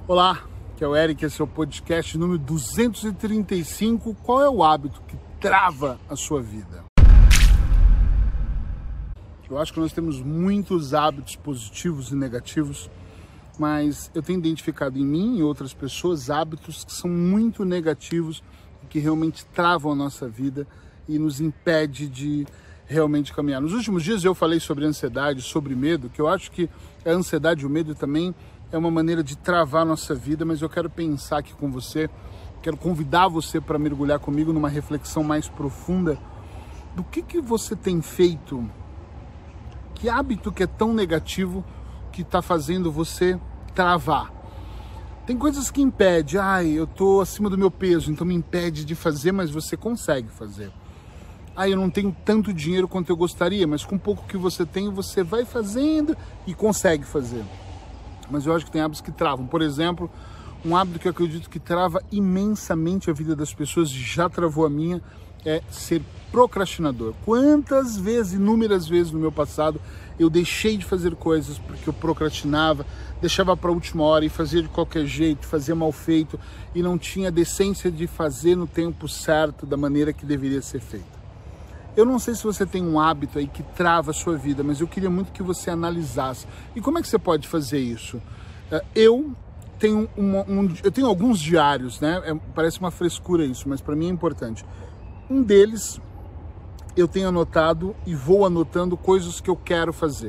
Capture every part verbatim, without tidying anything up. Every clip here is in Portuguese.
Olá, que é o Eric, esse é o podcast número duzentos e trinta e cinco. Qual é o hábito que trava a sua vida? Eu acho que nós temos muitos hábitos positivos e negativos, mas eu tenho identificado em mim e outras pessoas hábitos que são muito negativos e que realmente travam a nossa vida e nos impede de realmente caminhar. Nos últimos dias eu falei sobre ansiedade, sobre medo, que eu acho que a ansiedade e o medo também é uma maneira de travar a nossa vida, mas eu quero pensar aqui com você, quero convidar você para mergulhar comigo numa reflexão mais profunda do que, que você tem feito, que hábito que é tão negativo que está fazendo você travar. Tem coisas que impedem, ai, eu estou acima do meu peso, então me impede de fazer, mas você consegue fazer. Ah, eu não tenho tanto dinheiro quanto eu gostaria, mas com pouco que você tem, você vai fazendo e consegue fazer. Mas eu acho que tem hábitos que travam. Por exemplo, um hábito que eu acredito que trava imensamente a vida das pessoas, já travou a minha, é ser procrastinador. Quantas vezes, inúmeras vezes no meu passado, eu deixei de fazer coisas porque eu procrastinava, deixava para a última hora e fazia de qualquer jeito, fazia mal feito e não tinha a decência de fazer no tempo certo, da maneira que deveria ser feito. Eu não sei se você tem um hábito aí que trava a sua vida, mas eu queria muito que você analisasse. E como é que você pode fazer isso? Eu tenho, uma, um, eu tenho alguns diários, né? É, parece uma frescura isso, mas para mim é importante. Um deles, eu tenho anotado e vou anotando coisas que eu quero fazer.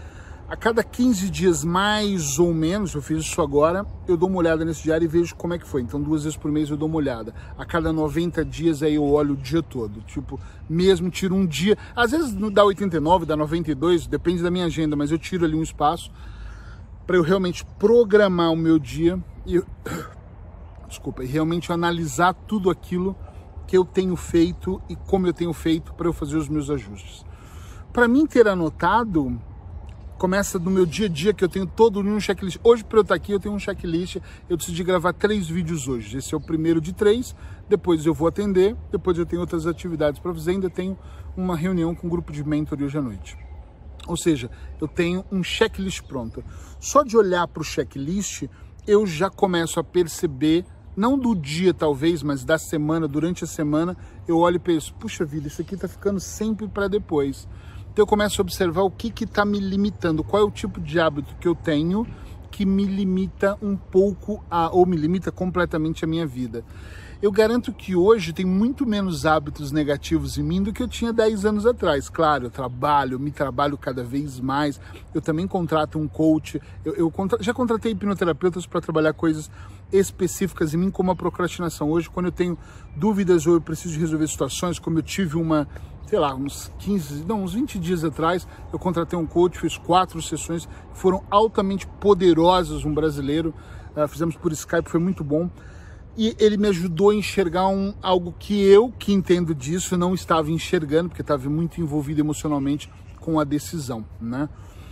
A cada quinze dias, mais ou menos, eu fiz isso agora, eu dou uma olhada nesse diário e vejo como é que foi. Então, duas vezes por mês eu dou uma olhada. A cada noventa dias, aí eu olho o dia todo. Tipo, mesmo tiro um dia. Às vezes não dá oitenta e nove, dá noventa e dois, depende da minha agenda, mas eu tiro ali um espaço para eu realmente programar o meu dia e, desculpa, e realmente analisar tudo aquilo que eu tenho feito e como eu tenho feito para eu fazer os meus ajustes. Para mim ter anotado, começa no meu dia a dia, que eu tenho todo um checklist. Hoje, para eu estar aqui, eu tenho um checklist. Eu decidi gravar três vídeos hoje. Esse é o primeiro de três. Depois eu vou atender. Depois eu tenho outras atividades para fazer. Ainda tenho uma reunião com um grupo de mentoria hoje à noite. Ou seja, eu tenho um checklist pronto. Só de olhar para o checklist, eu já começo a perceber, não do dia talvez, mas da semana, durante a semana, eu olho e penso, puxa vida, isso aqui está ficando sempre para depois. Então eu começo a observar o que está me limitando, qual é o tipo de hábito que eu tenho que me limita um pouco, a, ou me limita completamente a minha vida. Eu garanto que hoje tem muito menos hábitos negativos em mim do que eu tinha dez anos atrás. Claro, eu trabalho, eu me trabalho cada vez mais, eu também contrato um coach, eu, eu contra, já contratei hipnoterapeutas para trabalhar coisas específicas em mim, como a procrastinação. Hoje, quando eu tenho dúvidas ou eu preciso resolver situações, como eu tive uma... sei lá, uns quinze, não, uns vinte dias atrás, eu contratei um coach, fiz quatro sessões, foram altamente poderosas, um brasileiro, uh, fizemos por Skype, foi muito bom, e ele me ajudou a enxergar um, algo que eu, que entendo disso, não estava enxergando, porque estava muito envolvido emocionalmente com a decisão, né?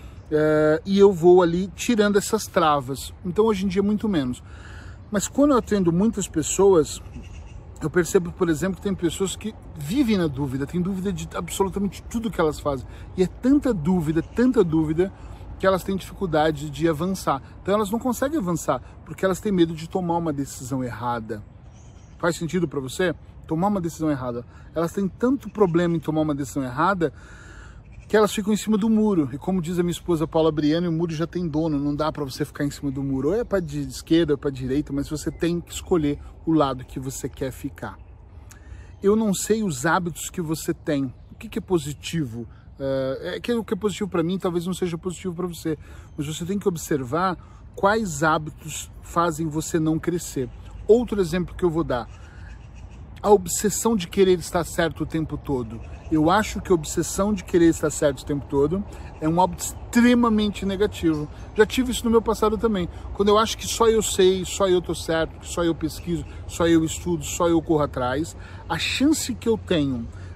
Uh, e eu vou ali tirando essas travas, então hoje em dia muito menos. Mas quando eu atendo muitas pessoas, eu percebo, por exemplo, que tem pessoas que vivem na dúvida, tem dúvida de absolutamente tudo que elas fazem. E é tanta dúvida, tanta dúvida, que elas têm dificuldade de avançar. Então elas não conseguem avançar, porque elas têm medo de tomar uma decisão errada. Faz sentido para você? Tomar uma decisão errada. Elas têm tanto problema em tomar uma decisão errada, que elas ficam em cima do muro. E como diz a minha esposa Paula Briano, o muro já tem dono, não dá para você ficar em cima do muro. Ou é para de esquerda ou para direita, mas você tem que escolher o lado que você quer ficar. Eu não sei os hábitos que você tem. O que, que é positivo? Uh, é que o que é positivo para mim talvez não seja positivo para você. Mas você tem que observar quais hábitos fazem você não crescer. Outro exemplo que eu vou dar. A obsessão de querer estar certo o tempo todo. Eu acho que a obsessão de querer estar certo o tempo todo é um hábito extremamente negativo. Já tive isso no meu passado também. Quando eu acho que só eu sei, só eu estou certo, que só eu pesquiso, só eu estudo, só eu corro atrás, a chance que eu tenho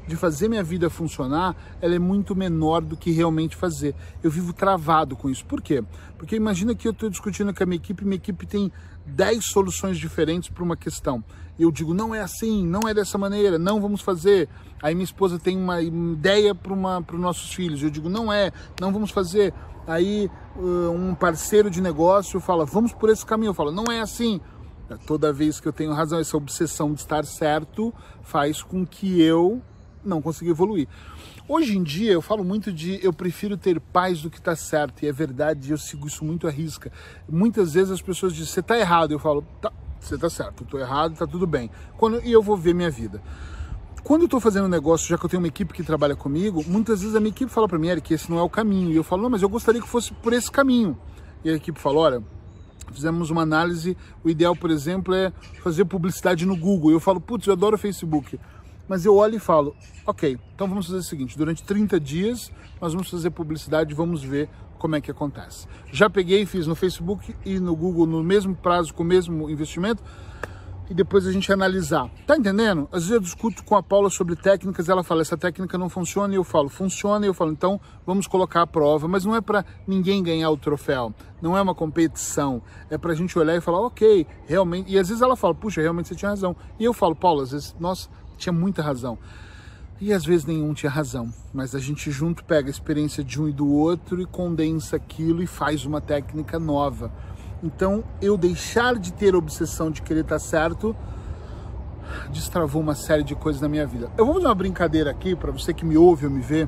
de fazer minha vida funcionar, ela é muito menor do que realmente fazer. Eu vivo travado com isso. Por quê? Porque imagina que eu estou discutindo com a minha equipe, minha equipe tem dez soluções diferentes para uma questão. Eu digo, não é assim, não é dessa maneira, não vamos fazer. Aí minha esposa tem uma ideia para os nossos filhos. Eu digo, não é, não vamos fazer. Aí uh, um parceiro de negócio fala, vamos por esse caminho. Eu falo, não é assim. Toda vez que eu tenho razão, essa obsessão de estar certo faz com que eu não consiga evoluir. Hoje em dia eu falo muito de eu prefiro ter paz do que estar certo, e é verdade, eu sigo isso muito à risca. Muitas vezes as pessoas dizem, você está errado, eu falo, tá, você está certo, eu estou errado, está tudo bem. Quando, e eu vou ver minha vida. Quando eu estou fazendo um negócio, já que eu tenho uma equipe que trabalha comigo, muitas vezes a minha equipe fala para mim, Eric, esse não é o caminho. E eu falo, não, mas eu gostaria que fosse por esse caminho. E a equipe fala, olha, fizemos uma análise, o ideal, por exemplo, é fazer publicidade no Google. Eu falo, putz, eu adoro o Facebook. Mas eu olho e falo, ok, então vamos fazer o seguinte, durante trinta dias nós vamos fazer publicidade e vamos ver como é que acontece. Já peguei e fiz no Facebook e no Google no mesmo prazo, com o mesmo investimento, e depois a gente analisar. Tá entendendo? Às vezes eu discuto com a Paula sobre técnicas, ela fala, essa técnica não funciona, e eu falo, funciona, e eu falo, então vamos colocar a prova, mas não é para ninguém ganhar o troféu, não é uma competição, é pra gente olhar e falar, ok, realmente, e às vezes ela fala, puxa, realmente você tinha razão, e eu falo, Paula, às vezes, nossa, tinha muita razão, e às vezes nenhum tinha razão, mas a gente junto pega a experiência de um e do outro e condensa aquilo e faz uma técnica nova. Então, eu deixar de ter obsessão de querer estar certo destravou uma série de coisas na minha vida. Eu vou fazer uma brincadeira aqui, para você que me ouve ou me vê.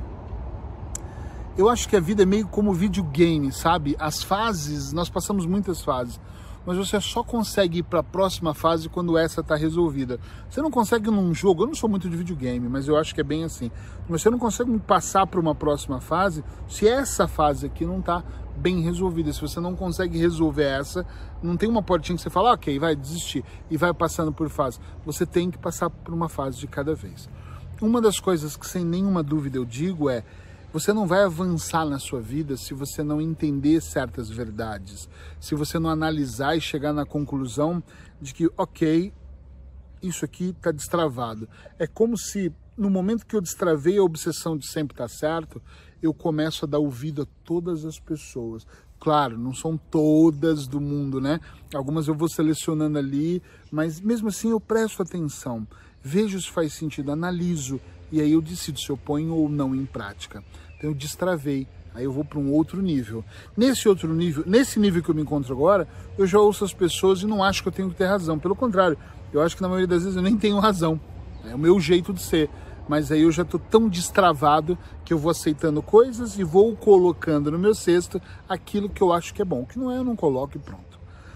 Eu acho que a vida é meio como videogame, sabe? As fases, nós passamos muitas fases, mas você só consegue ir para a próxima fase quando essa está resolvida. Você não consegue num jogo, eu não sou muito de videogame, mas eu acho que é bem assim. Mas você não consegue passar para uma próxima fase se essa fase aqui não está bem resolvida. Se você não consegue resolver essa, não tem uma portinha que você fala, ok, vai desistir e vai passando por fase. Você tem que passar por uma fase de cada vez. Uma das coisas que sem nenhuma dúvida eu digo é, você não vai avançar na sua vida se você não entender certas verdades, se você não analisar e chegar na conclusão de que, ok, isso aqui está destravado. É como se, no momento que eu destravei a obsessão de sempre estar certo, eu começo a dar ouvido a todas as pessoas. Claro, não são todas do mundo, né? Algumas eu vou selecionando ali, mas mesmo assim eu presto atenção, vejo se faz sentido, analiso, e aí eu decido se eu ponho ou não em prática. Então eu destravei, aí eu vou para um outro nível. Nesse outro nível, nesse nível que eu me encontro agora, eu já ouço as pessoas e não acho que eu tenho que ter razão. Pelo contrário, eu acho que na maioria das vezes eu nem tenho razão. É o meu jeito de ser. Mas aí eu já estou tão destravado que eu vou aceitando coisas e vou colocando no meu cesto aquilo que eu acho que é bom. O que não é, eu não coloco e pronto.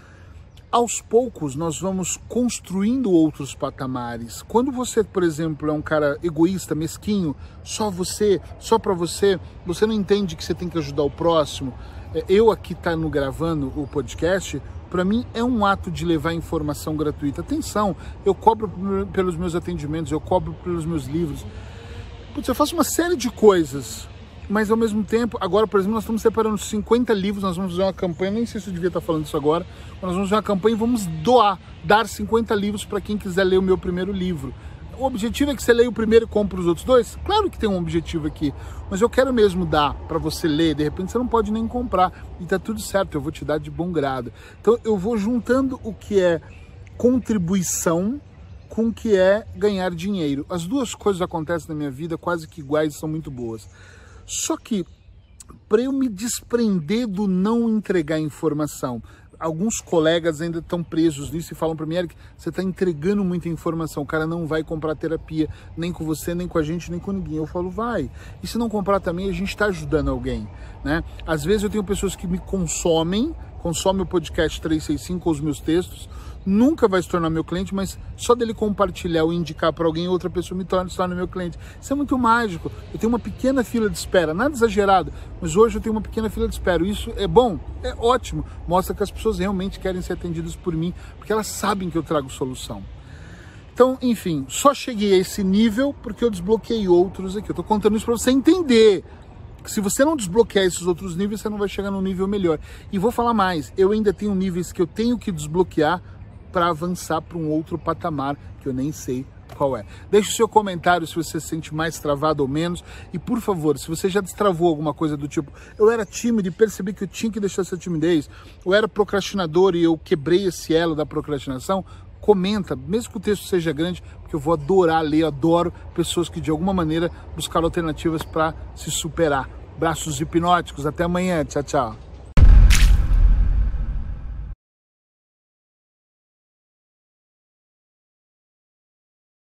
Aos poucos, nós vamos construindo outros patamares. Quando você, por exemplo, é um cara egoísta, mesquinho, só você, só para você, você não entende que você tem que ajudar o próximo. Eu aqui tá no gravando o podcast, para mim é um ato de levar informação gratuita. Atenção, eu cobro pelos meus atendimentos, eu cobro pelos meus livros. Putz, eu faço uma série de coisas, mas ao mesmo tempo, agora, por exemplo, nós estamos separando cinquenta livros, nós vamos fazer uma campanha, nem sei se eu devia estar falando isso agora, mas nós vamos fazer uma campanha e vamos doar, dar cinquenta livros para quem quiser ler o meu primeiro livro. O objetivo é que você leia o primeiro e compre os outros dois? Claro que tem um objetivo aqui, mas eu quero mesmo dar para você ler, de repente você não pode nem comprar, e tá tudo certo, eu vou te dar de bom grado. Então eu vou juntando o que é contribuição com o que é ganhar dinheiro. As duas coisas acontecem na minha vida quase que iguais e são muito boas. Só que, para eu me desprender do não entregar informação, alguns colegas ainda estão presos nisso e falam para mim, Eric, você está entregando muita informação, o cara não vai comprar terapia, nem com você, nem com a gente, nem com ninguém. Eu falo, vai. E se não comprar também, a gente está ajudando alguém, né? Às vezes eu tenho pessoas que me consomem, consomem o podcast trezentos e sessenta e cinco ou os meus textos, nunca vai se tornar meu cliente, mas só dele compartilhar ou indicar para alguém, outra pessoa me torna, se torna meu cliente. Isso é muito mágico. Eu tenho uma pequena fila de espera, nada exagerado, mas hoje eu tenho uma pequena fila de espera. Isso é bom, é ótimo. Mostra que as pessoas realmente querem ser atendidas por mim, porque elas sabem que eu trago solução. Então, enfim, só cheguei a esse nível porque eu desbloqueei outros aqui. Eu tô contando isso para você entender. Se você não desbloquear esses outros níveis, você não vai chegar num nível melhor. E vou falar mais, eu ainda tenho níveis que eu tenho que desbloquear para avançar para um outro patamar que eu nem sei qual é. Deixe o seu comentário se você se sente mais travado ou menos. E, por favor, se você já destravou alguma coisa do tipo, eu era tímido e percebi que eu tinha que deixar essa timidez, eu era procrastinador e eu quebrei esse elo da procrastinação, comenta, mesmo que o texto seja grande, porque eu vou adorar ler, eu adoro pessoas que de alguma maneira buscaram alternativas para se superar. Braços hipnóticos, até amanhã, tchau, tchau.